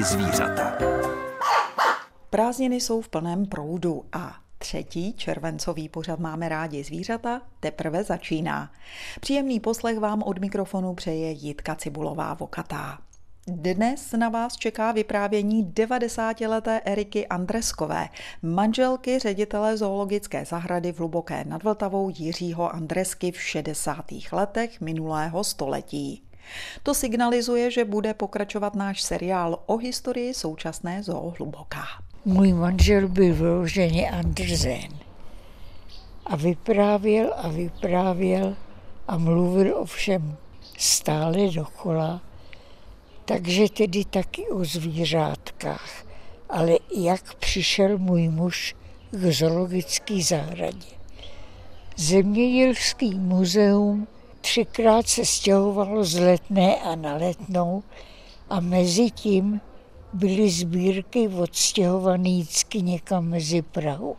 rádi zvířata. Prázdniny jsou v plném proudu a třetí červencový pořad Máme rádi zvířata teprve začíná. Příjemný poslech vám od mikrofonu přeje Jitka Cibulová-Vokatá. Dnes na vás čeká vyprávění 90leté Eriky Andreskové, manželky ředitele zoologické zahrady v Hluboké nad Vltavou Jiřího Andresky v 60. letech minulého století. To signalizuje, že bude pokračovat náš seriál o historii současné zoo Hluboká. Můj manžel byl vyloženě Andrzen a vyprávěl a mluvil o všem stále dokola, takže tedy taky o zvířátkách, ale jak přišel můj muž k zoologické zahradě. Zemědělský muzeum 3krát se stěhovalo z Letné a na Letnou a mezi tím byly sbírky odstěhované vždycky někam mezi Prahu.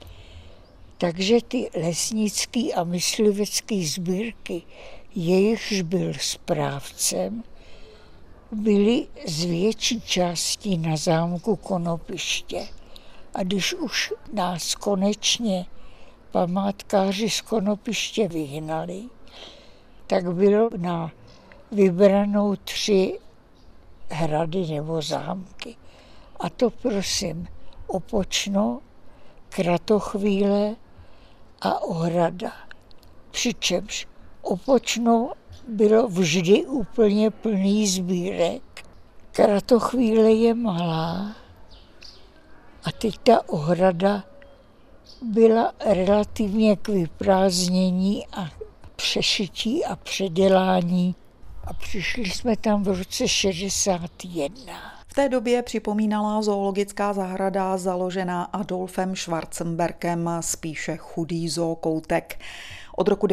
Takže ty lesnické a myslivecké sbírky, jejichž byl správcem, byly z větší části na zámku Konopiště. A když už nás konečně památkáři z Konopiště vyhnali, tak bylo na vybranou 3 hrady nebo zámky. A to prosím Opočno, Kratochvíle a Ohrada. Přičemž Opočno bylo vždy úplně plný sbírek. Kratochvíle je malá a teď ta Ohrada byla relativně k vyprázdnění a přešití a předělání. A přišli jsme tam v roce 61. V té době připomínala zoologická zahrada založená Adolfem Schwarzenbergem spíše chudý zookoutek. Od roku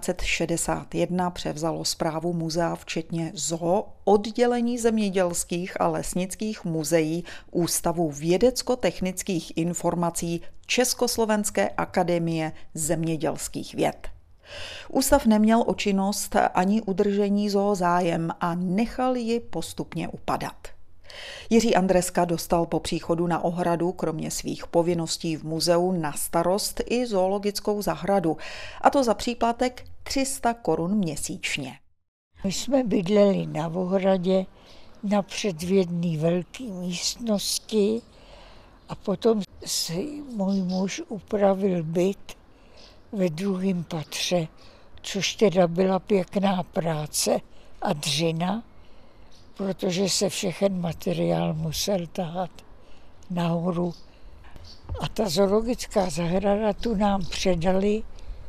1961 převzalo správu muzea včetně zoo oddělení zemědělských a lesnických muzeí Ústavu vědecko-technických informací Československé akademie zemědělských věd. Ústav neměl o činnost ani udržení zoo zájem a nechal ji postupně upadat. Jiří Andreska dostal po příchodu na Ohradu kromě svých povinností v muzeu na starost i zoologickou zahradu, a to za příplatek 300 korun měsíčně. My jsme bydleli na Ohradě napřed v jedné velké místnosti a potom si můj muž upravil byt ve 2. patře, což teda byla pěkná práce a dřina, protože se všechen materiál musel tahat nahoru. A ta zoologická zahrada tu nám předali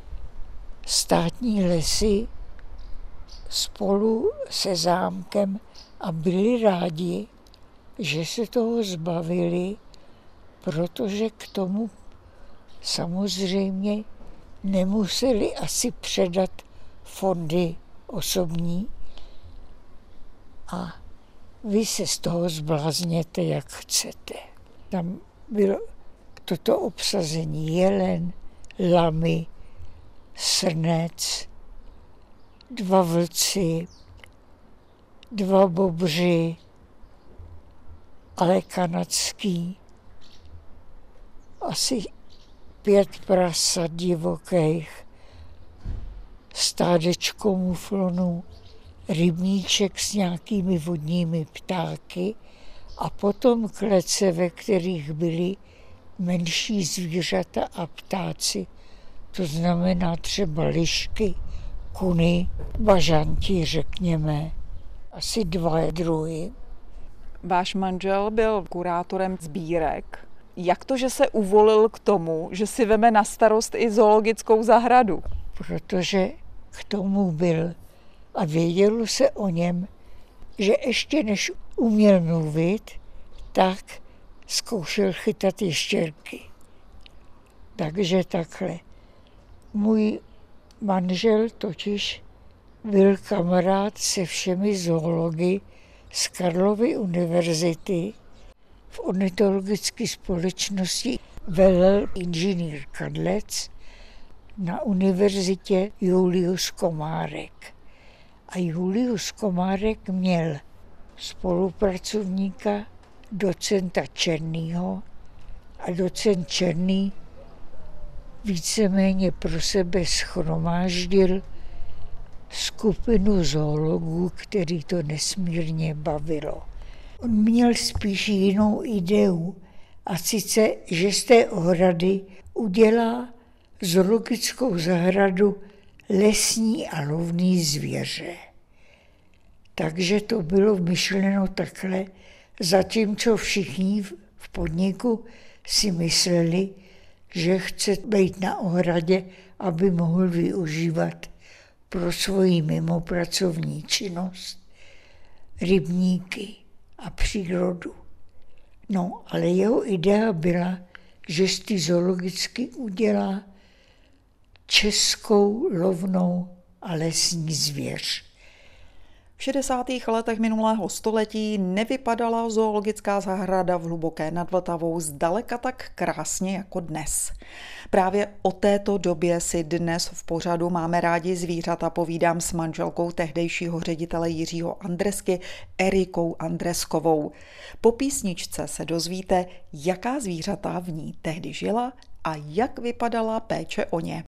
státní lesy spolu se zámkem a byli rádi, že se toho zbavili, protože k tomu samozřejmě nemuseli asi předat fondy osobní a vy se z toho zblázněte, jak chcete. Tam bylo toto obsazení jelen, lamy, srnec, 2 vlci, 2 bobři, ale kanadský, asi 5 prasat divokých, stádečko muflonů, rybníček s nějakými vodními ptáky a potom klece, ve kterých byly menší zvířata a ptáci, to znamená třeba lišky, kuny, bažanti, řekněme, asi 2 druhy. Váš manžel byl kurátorem sbírek. Jak to, že se uvolil k tomu, že si veme na starost i zoologickou zahradu? Protože k tomu byl a vědělo se o něm, že ještě než uměl mluvit, tak zkoušel chytat ještěrky. Takže takhle. Můj manžel totiž byl kamarád se všemi zoology z Karlovy univerzity. V ornitologické společnosti velel inženýr Kadlec, na univerzitě Julius Komárek. A Julius Komárek měl spolupracovníka docenta Černýho a docent Černý víceméně pro sebe shromáždil skupinu zoologů, který to nesmírně bavilo. On měl spíš jinou ideu, a sice, že z té ohrady udělá zoologickou zahradu lesní a lovný zvěře. Takže to bylo myšleno takhle, zatímco všichni v podniku si mysleli, že chce být na ohradě, aby mohl využívat pro svoji mimopracovní činnost rybníky a přírodu. No, ale jeho idea byla, že z té zoologicky udělá českou lovnou a lesní zvěř. V 60. letech minulého století nevypadala zoologická zahrada v Hluboké nad Vltavou zdaleka tak krásně jako dnes. Právě o této době si dnes v pořadu Máme rádi zvířata povídám s manželkou tehdejšího ředitele Jiřího Andresky, Erikou Andreskovou. Po písničce se dozvíte, jaká zvířata v ní tehdy žila a jak vypadala péče o ně.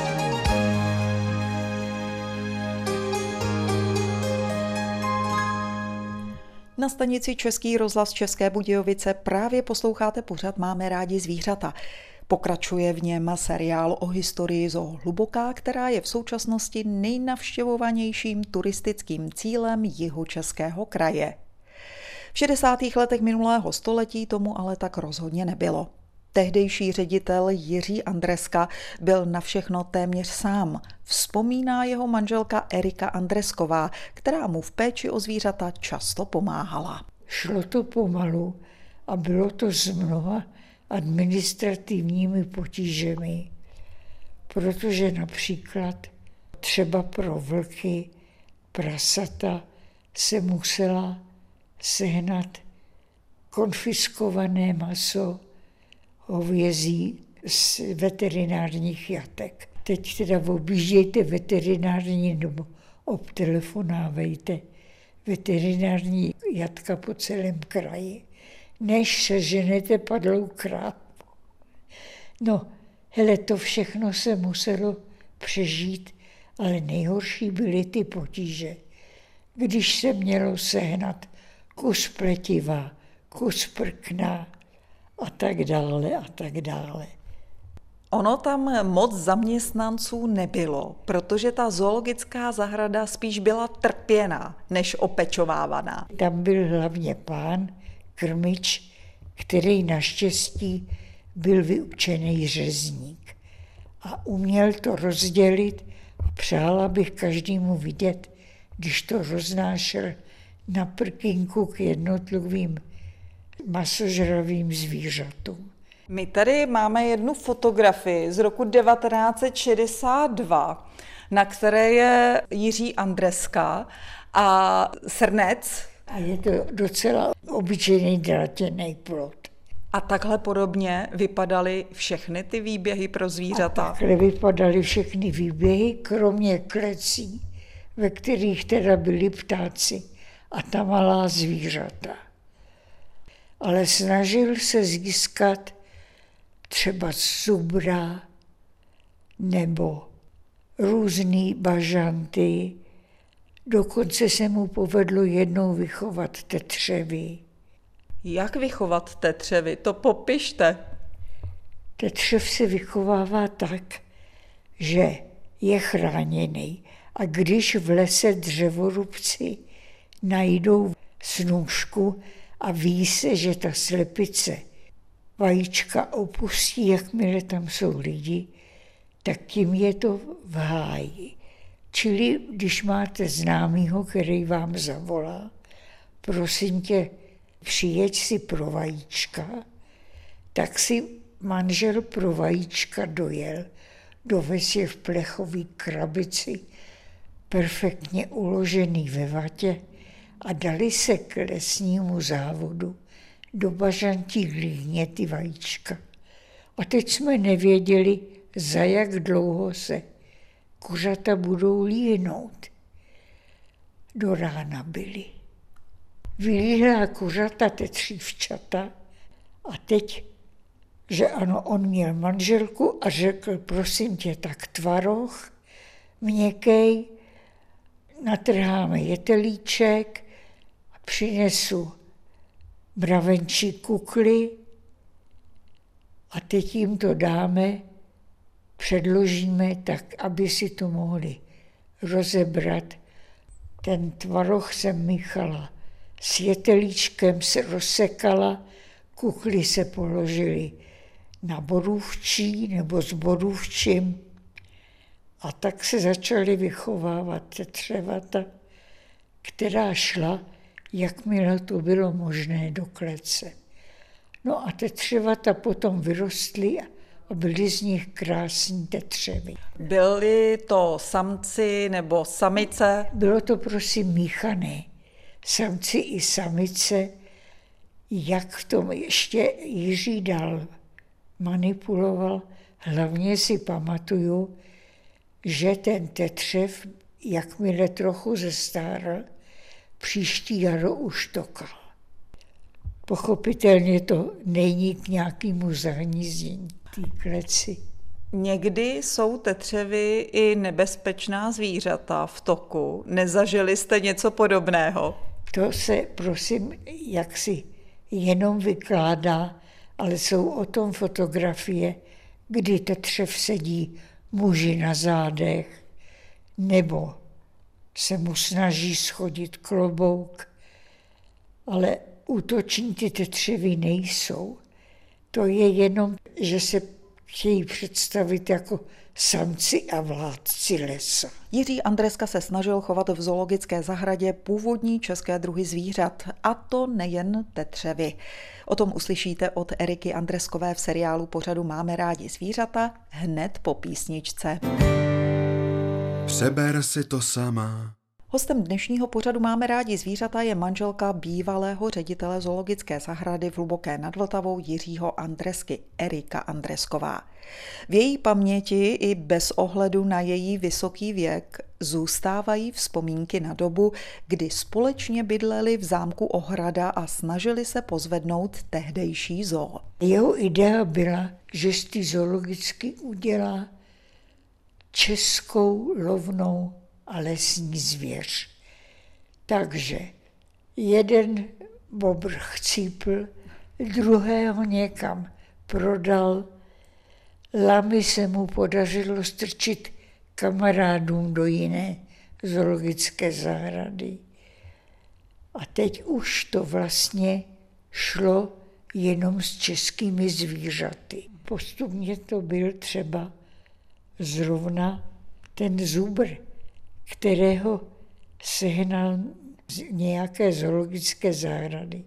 Na stanici Český rozhlas České Budějovice právě posloucháte pořad Máme rádi zvířata. Pokračuje v něm seriál o historii Zoo Hluboká, která je v současnosti nejnavštěvovanějším turistickým cílem Jihočeského kraje. V 60. letech minulého století tomu ale tak rozhodně nebylo. Tehdejší ředitel Jiří Andreska byl na všechno téměř sám. Vzpomíná jeho manželka Erika Andresková, která mu v péči o zvířata často pomáhala. Šlo to pomalu a bylo to s mnoha administrativními potížemi, protože například třeba pro vlky, prasata se musela sehnat konfiskované maso hovězí z veterinárních jatek. Teď teda objíždějte veterinární nebo obtelefonávejte veterinární jatka po celém kraji, než seženete padlou krávu. No, hele, to všechno se muselo přežít, ale nejhorší byly ty potíže. Když se mělo sehnat kus pletiva, kus prkna, a tak dále, a tak dále. Ono tam moc zaměstnanců nebylo, protože ta zoologická zahrada spíš byla trpěná, než opečovávaná. Tam byl hlavně pán, krmič, který naštěstí byl vyučený řezník. A uměl to rozdělit. Přála bych každému vidět, když to roznášel na prkinku k jednotlivým masožravým zvířatům. My tady máme jednu fotografii z roku 1962, na které je Jiří Andreska a srnec. A je to docela obyčejný drátěný plot. A takhle podobně vypadaly všechny ty výběhy pro zvířata. A takhle vypadaly všechny výběhy, kromě klecí, ve kterých teda byli ptáci a ta malá zvířata. Ale snažil se získat třeba zubra nebo různý bažanty. Dokonce se mu povedlo jednou vychovat tetřevy. Jak vychovat tetřevy? To popište. Tetřev se vychovává tak, že je chráněný a když v lese dřevorubci najdou snůžku a ví se, že ta slepice vajíčka opustí, jakmile tam jsou lidi, tak tím je to v háji. Čili když máte známýho, který vám zavolá, prosím tě, přijeď si pro vajíčka, tak si manžel pro vajíčka dojel, dovez je v plechové krabici, perfektně uložený ve vatě a dali se k lesnímu závodu do bažantí hlíně ty vajíčka. A teď jsme nevěděli, za jak dlouho se kuřata budou líhnout. Do rána byli. vylíhlá kuřata, tetřívčata. A teď, že ano, on měl manželku a řekl, prosím tě, tak tvaroh měkkej, natrháme jetelíček a přinesu mravenčí kukly a teď jim to dáme, předložíme tak, aby si to mohli rozebrat. Ten tvaroh jsem míchala s jetelíčkem, se rozsekala, kukly se položily na borůvčí nebo s borůvčím a tak se začaly vychovávat tetřevata, která šla, jakmile to bylo možné, do klece. No a tetřevata potom vyrostly a byly z nich krásní tetřevy. Byli to samci nebo samice? Bylo to prosím míchané. Samci i samice, jak v tom ještě Jiří dál manipuloval. Hlavně si pamatuju, že ten tetřev, jakmile trochu zestárl, příští jaro už tokal. Pochopitelně to není k nějakému zahnízdění té kleci. Někdy jsou tetřevy i nebezpečná zvířata v toku. Nezažili jste něco podobného? To se, prosím, jaksi jenom vykládá, ale jsou o tom fotografie, kdy tetřev sedí muži na zádech, nebo se mu snaží schodit klobouk, ale útoční ty tetřevy nejsou. To je jenom, že se chtějí představit jako samci a vládci lesa. Jiří Andreska se snažil chovat v zoologické zahradě původní české druhy zvířat, a to nejen tetřevy. O tom uslyšíte od Eriky Andreskové v seriálu pořadu Máme rádi zvířata hned po písničce. Přeber si to sama. Hostem dnešního pořadu Máme rádi zvířata je manželka bývalého ředitele zoologické zahrady v Hluboké nad Vltavou Jiřího Andresky, Erika Andresková. V její paměti i bez ohledu na její vysoký věk zůstávají vzpomínky na dobu, kdy společně bydleli v zámku Ohrada a snažili se pozvednout tehdejší zoo. Jeho idea byla, že z té zoologicky udělá českou lovnou a lesní zvěř. Takže jeden bobr chcípl, druhého někam prodal, lamy se mu podařilo strčit kamarádům do jiné zoologické zahrady. A teď už to vlastně šlo jenom s českými zvířaty. Postupně to byl třeba zrovna ten zubr, kterého sehnal z nějaké zoologické zahrady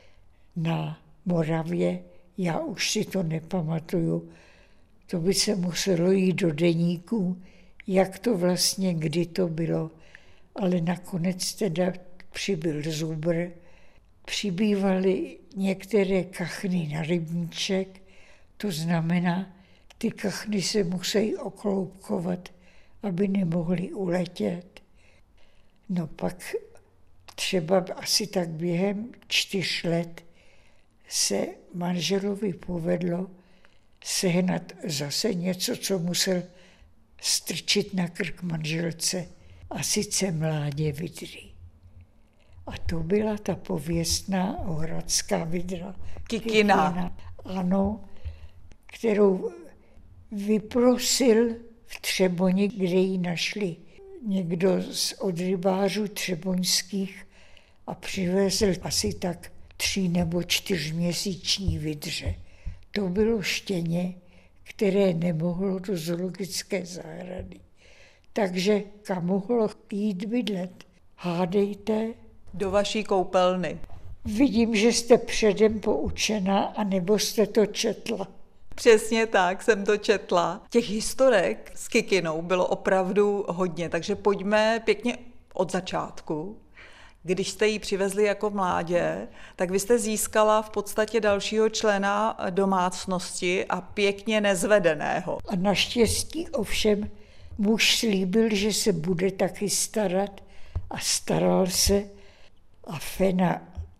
na Moravě. Já už si to nepamatuju. To by se muselo jít do deníků, jak to vlastně, kdy to bylo. Ale nakonec teda přibyl zubr. Přibývaly některé kachny na rybníček, to znamená, ty kachny se musí okloubkovat, aby nemohli uletět. No pak třeba asi tak během 4 let se manželovi povedlo sehnat zase něco, co musel strčit na krk manželce, a sice mládě vydry. A to byla ta pověstná ohradská vydra. Kikina. Ano, kterou vyprosil v Třeboni, kde ji našli někdo od rybářů třeboňských a přivezl asi tak 3 nebo 4měsíční vydře. To bylo štěně, které nemohlo do zoologické zahrady. Takže kam mohlo jít bydlet? Hádejte? Do vaší koupelny. Vidím, že jste předem poučená, anebo jste to četla. Přesně tak, jsem to četla. Těch historek s Kikinou bylo opravdu hodně, takže pojďme pěkně od začátku. Když jste ji přivezli jako mládě, tak vy jste získala v podstatě dalšího člena domácnosti a pěkně nezvedeného. A naštěstí ovšem muž slíbil, že se bude taky starat, a staral se, a Fena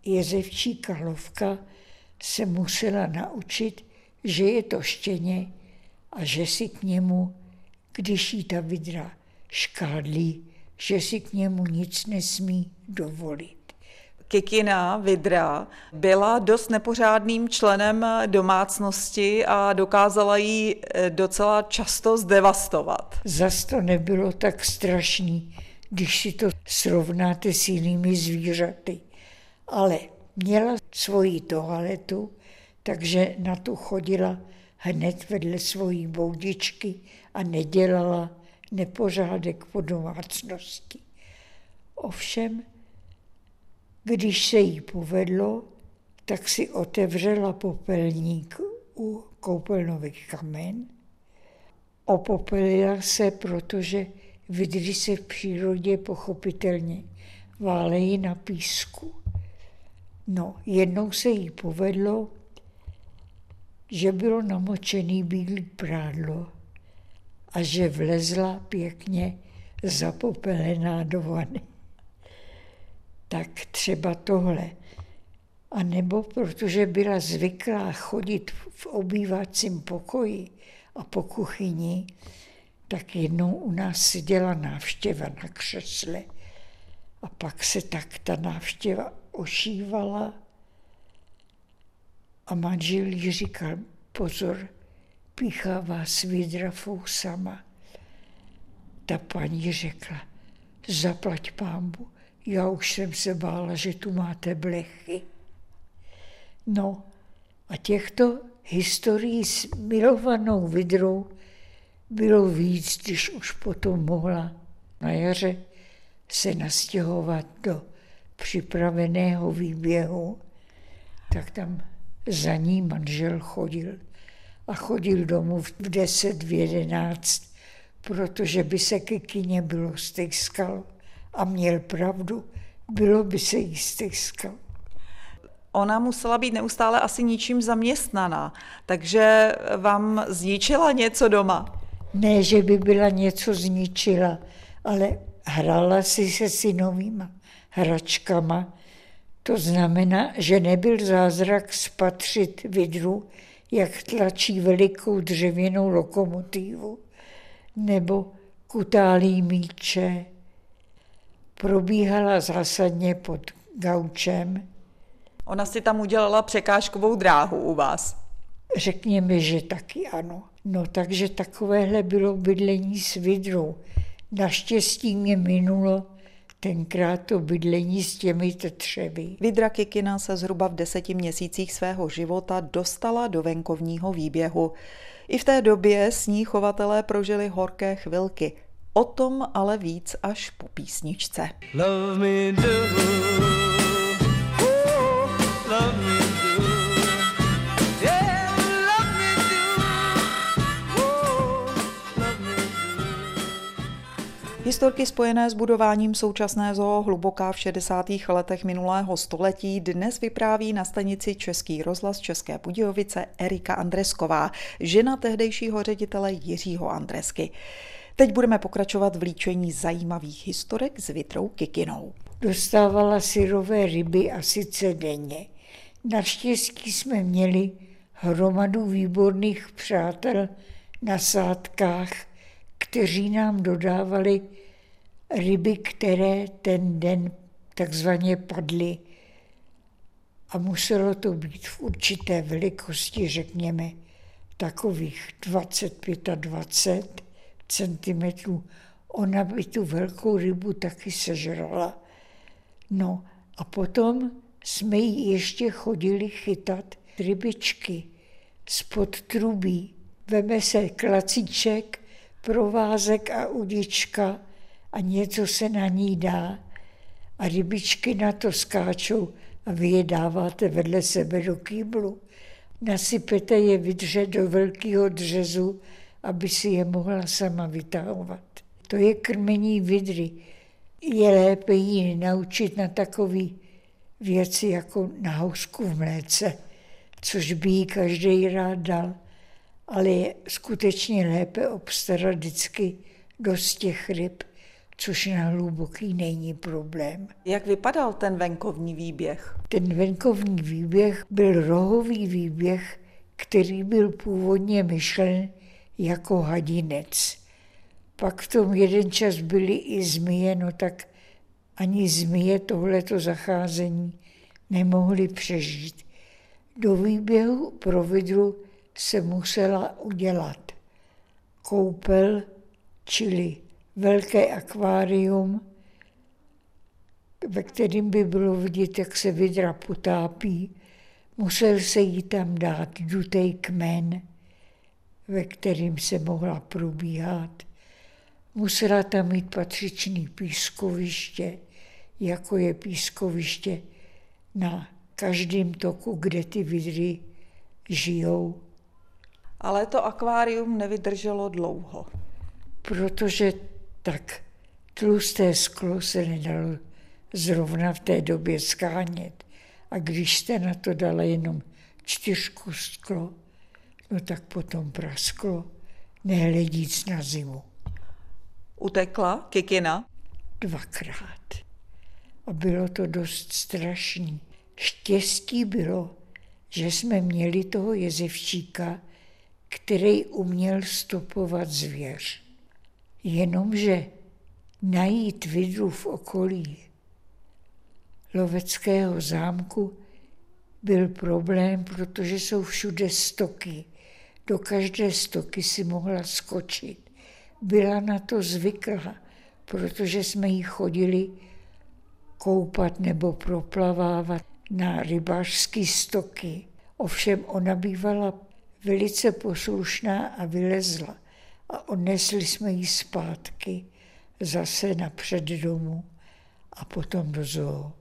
jezevčí Karlovka se musela naučit, že je to štěně a že si k němu, když jí ta vydra škádlí, že si k němu nic nesmí dovolit. Kikina, vydra, byla dost nepořádným členem domácnosti a dokázala ji docela často zdevastovat. Zas to nebylo tak strašný, když si to srovnáte s jinými zvířaty. Ale měla svoji toaletu, takže na tu chodila hned vedle svojí boudičky a nedělala nepořádek po domácnosti. Ovšem, když se jí povedlo, tak si otevřela popelník u koupelnových kamen. Opopelila se, protože vydry se v přírodě pochopitelně válejí na písku. No, jednou se jí povedlo, že bylo namočený bílý prádlo a že vlezla pěkně zapopelená do vany. Tak třeba tohle. A nebo protože byla zvyklá chodit v obývacím pokoji a po kuchyni, tak jednou u nás seděla návštěva na křesle a pak se tak ta návštěva ošívala a manžel jí říkal, pozor, píchá vás vydra fousama. Ta paní řekla, zaplať pánbu, já už jsem se bála, že tu máte blechy. No a těchto historií s milovanou vydrou bylo víc, když už potom mohla na jaře se nastěhovat do připraveného výběhu, tak tam za ní manžel chodil. A chodil domů v 10, v 11, protože by se ke kyně bylo stejskalo. A měl pravdu, bylo by se jí stejskalo. Ona musela být neustále asi ničím zaměstnaná, takže vám zničila něco doma? Ne, že by byla něco zničila, ale hrála si se synovýma hračkama. To znamená, že nebyl zázrak spatřit vydru, jak tlačí velikou dřevěnou lokomotivu, nebo kutálí míče. Probíhala zásadně pod gaučem. Ona si tam udělala překážkovou dráhu u vás. Řekněme, že taky ano. No takže takovéhle bylo bydlení s vydrou. Naštěstí mě minulo tenkrát to bydlení s těmi třeby. Vydra Kikina se zhruba v 10 měsících svého života dostala do venkovního výběhu. I v té době s ní chovatelé prožili horké chvilky. O tom ale víc až po písničce. Love me do, oh, love me do, yeah, love me do, oh, love me do. Historky spojené s budováním současné zoo Hluboká v 60. letech minulého století dnes vypráví na stanici Český rozhlas České Budějovice Erika Andresková, žena tehdejšího ředitele Jiřího Andresky. Teď budeme pokračovat v líčení zajímavých historek s vydrou Kikinou. Dostávala syrové ryby a sice denně. Naštěstí jsme měli hromadu výborných přátel na sádkách, kteří nám dodávali ryby, které ten den takzvaně padly. A muselo to být v určité velikosti, řekněme, takových 20 centimetrů. Ona by tu velkou rybu taky sežrala. No a potom jsme jí ještě chodili chytat rybičky spod trubí. Veme se klacíček, provázek a udička a něco se na ní dá. A rybičky na to skáčou a vy je dáváte vedle sebe do kýblu. Nasypete je vydře do velkého dřezu, aby si je mohla sama vytahovat. To je krmení vydry. Je lépe jí naučit na takové věci jako na housku v mléce, což by jí každý rád dal, ale je skutečně lépe obstarat vždycky dost těch ryb, což na hluboký není problém. Jak vypadal ten venkovní výběh? Ten venkovní výběh byl rohový výběh, který byl původně myšlen jako hadinec. Pak v tom jeden čas byly i zmije, no tak ani zmije tohleto zacházení nemohly přežít. Do výběhu pro vydru se musela udělat koupel, čili velké akvárium, ve kterém by bylo vidět, jak se vydra potápí. Musel se jí tam dát dutej kmen, ve kterým se mohla probíhat. Musela tam mít patřičný pískoviště, jako je pískoviště na každém toku, kde ty vydry žijou. Ale to akvárium nevydrželo dlouho. Protože tak tlusté sklo se nedalo zrovna v té době skánět. A když jste na to dala jenom 4 sklo, no tak potom prasklo, nehledíc na zimu. Utekla kikina? 2krát. A bylo to dost strašný. Štěstí bylo, že jsme měli toho jezevčíka, který uměl stopovat zvěř. Jenomže najít vydru v okolí loveckého zámku byl problém, protože jsou všude stoky. Do každé stoky si mohla skočit. Byla na to zvyklá, protože jsme jí chodili koupat nebo proplavávat na rybářské stoky. Ovšem ona bývala velice poslušná a vylezla. A odnesli jsme ji zpátky zase napřed domů a potom do zoo.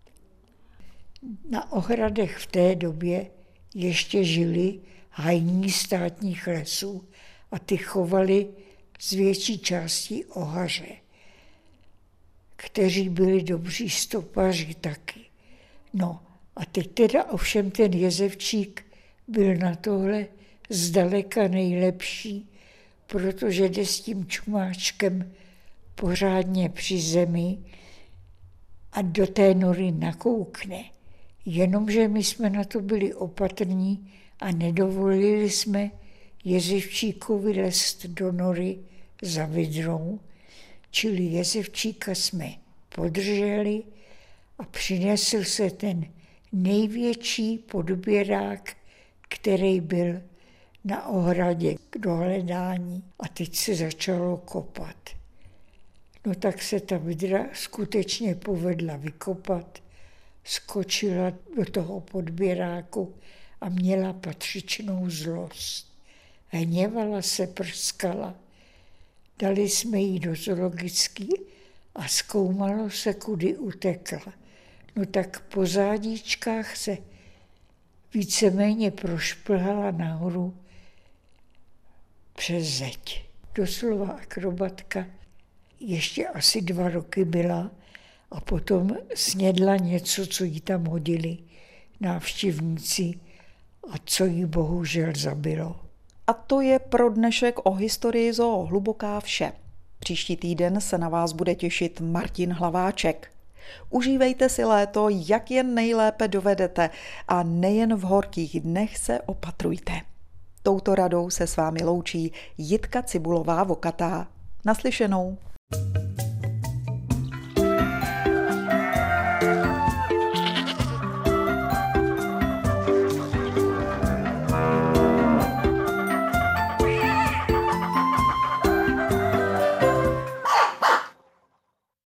Na ohradech v té době ještě žili hajní státních lesů a ty chovali z větší části ohaře, kteří byli dobří stopaři taky. No a teď teda ovšem ten jezevčík byl na tohle zdaleka nejlepší, protože jde s tím čumáčkem pořádně při zemi a do té nory nakoukne. Jenomže my jsme na to byli opatrní a nedovolili jsme jezevčíkovi lézt do nory za vydrou, čili jezevčíka jsme podrželi a přinesl se ten největší podběrák, který byl na ohradě k dohledání a teď se začalo kopat. No tak se ta vydra skutečně povedla vykopat, skočila do toho podběráku a měla patřičnou zlost. Hněvala se, prskala. Dali jsme jí do zoologický a zkoumalo se, kudy utekla. No tak po zádíčkách se víceméně prošplhala nahoru přes zeď. Doslova akrobatka. Ještě asi 2 roky byla a potom snědla něco, co jí tam hodili návštěvníci a co jí bohužel zabilo. A to je pro dnešek o historii zoo Hluboká vše. Příští týden se na vás bude těšit Martin Hlaváček. Užívejte si léto, jak jen nejlépe dovedete a nejen v horkých dnech se opatrujte. Touto radou se s vámi loučí Jitka Cibulová-Vokatá. Naslyšenou.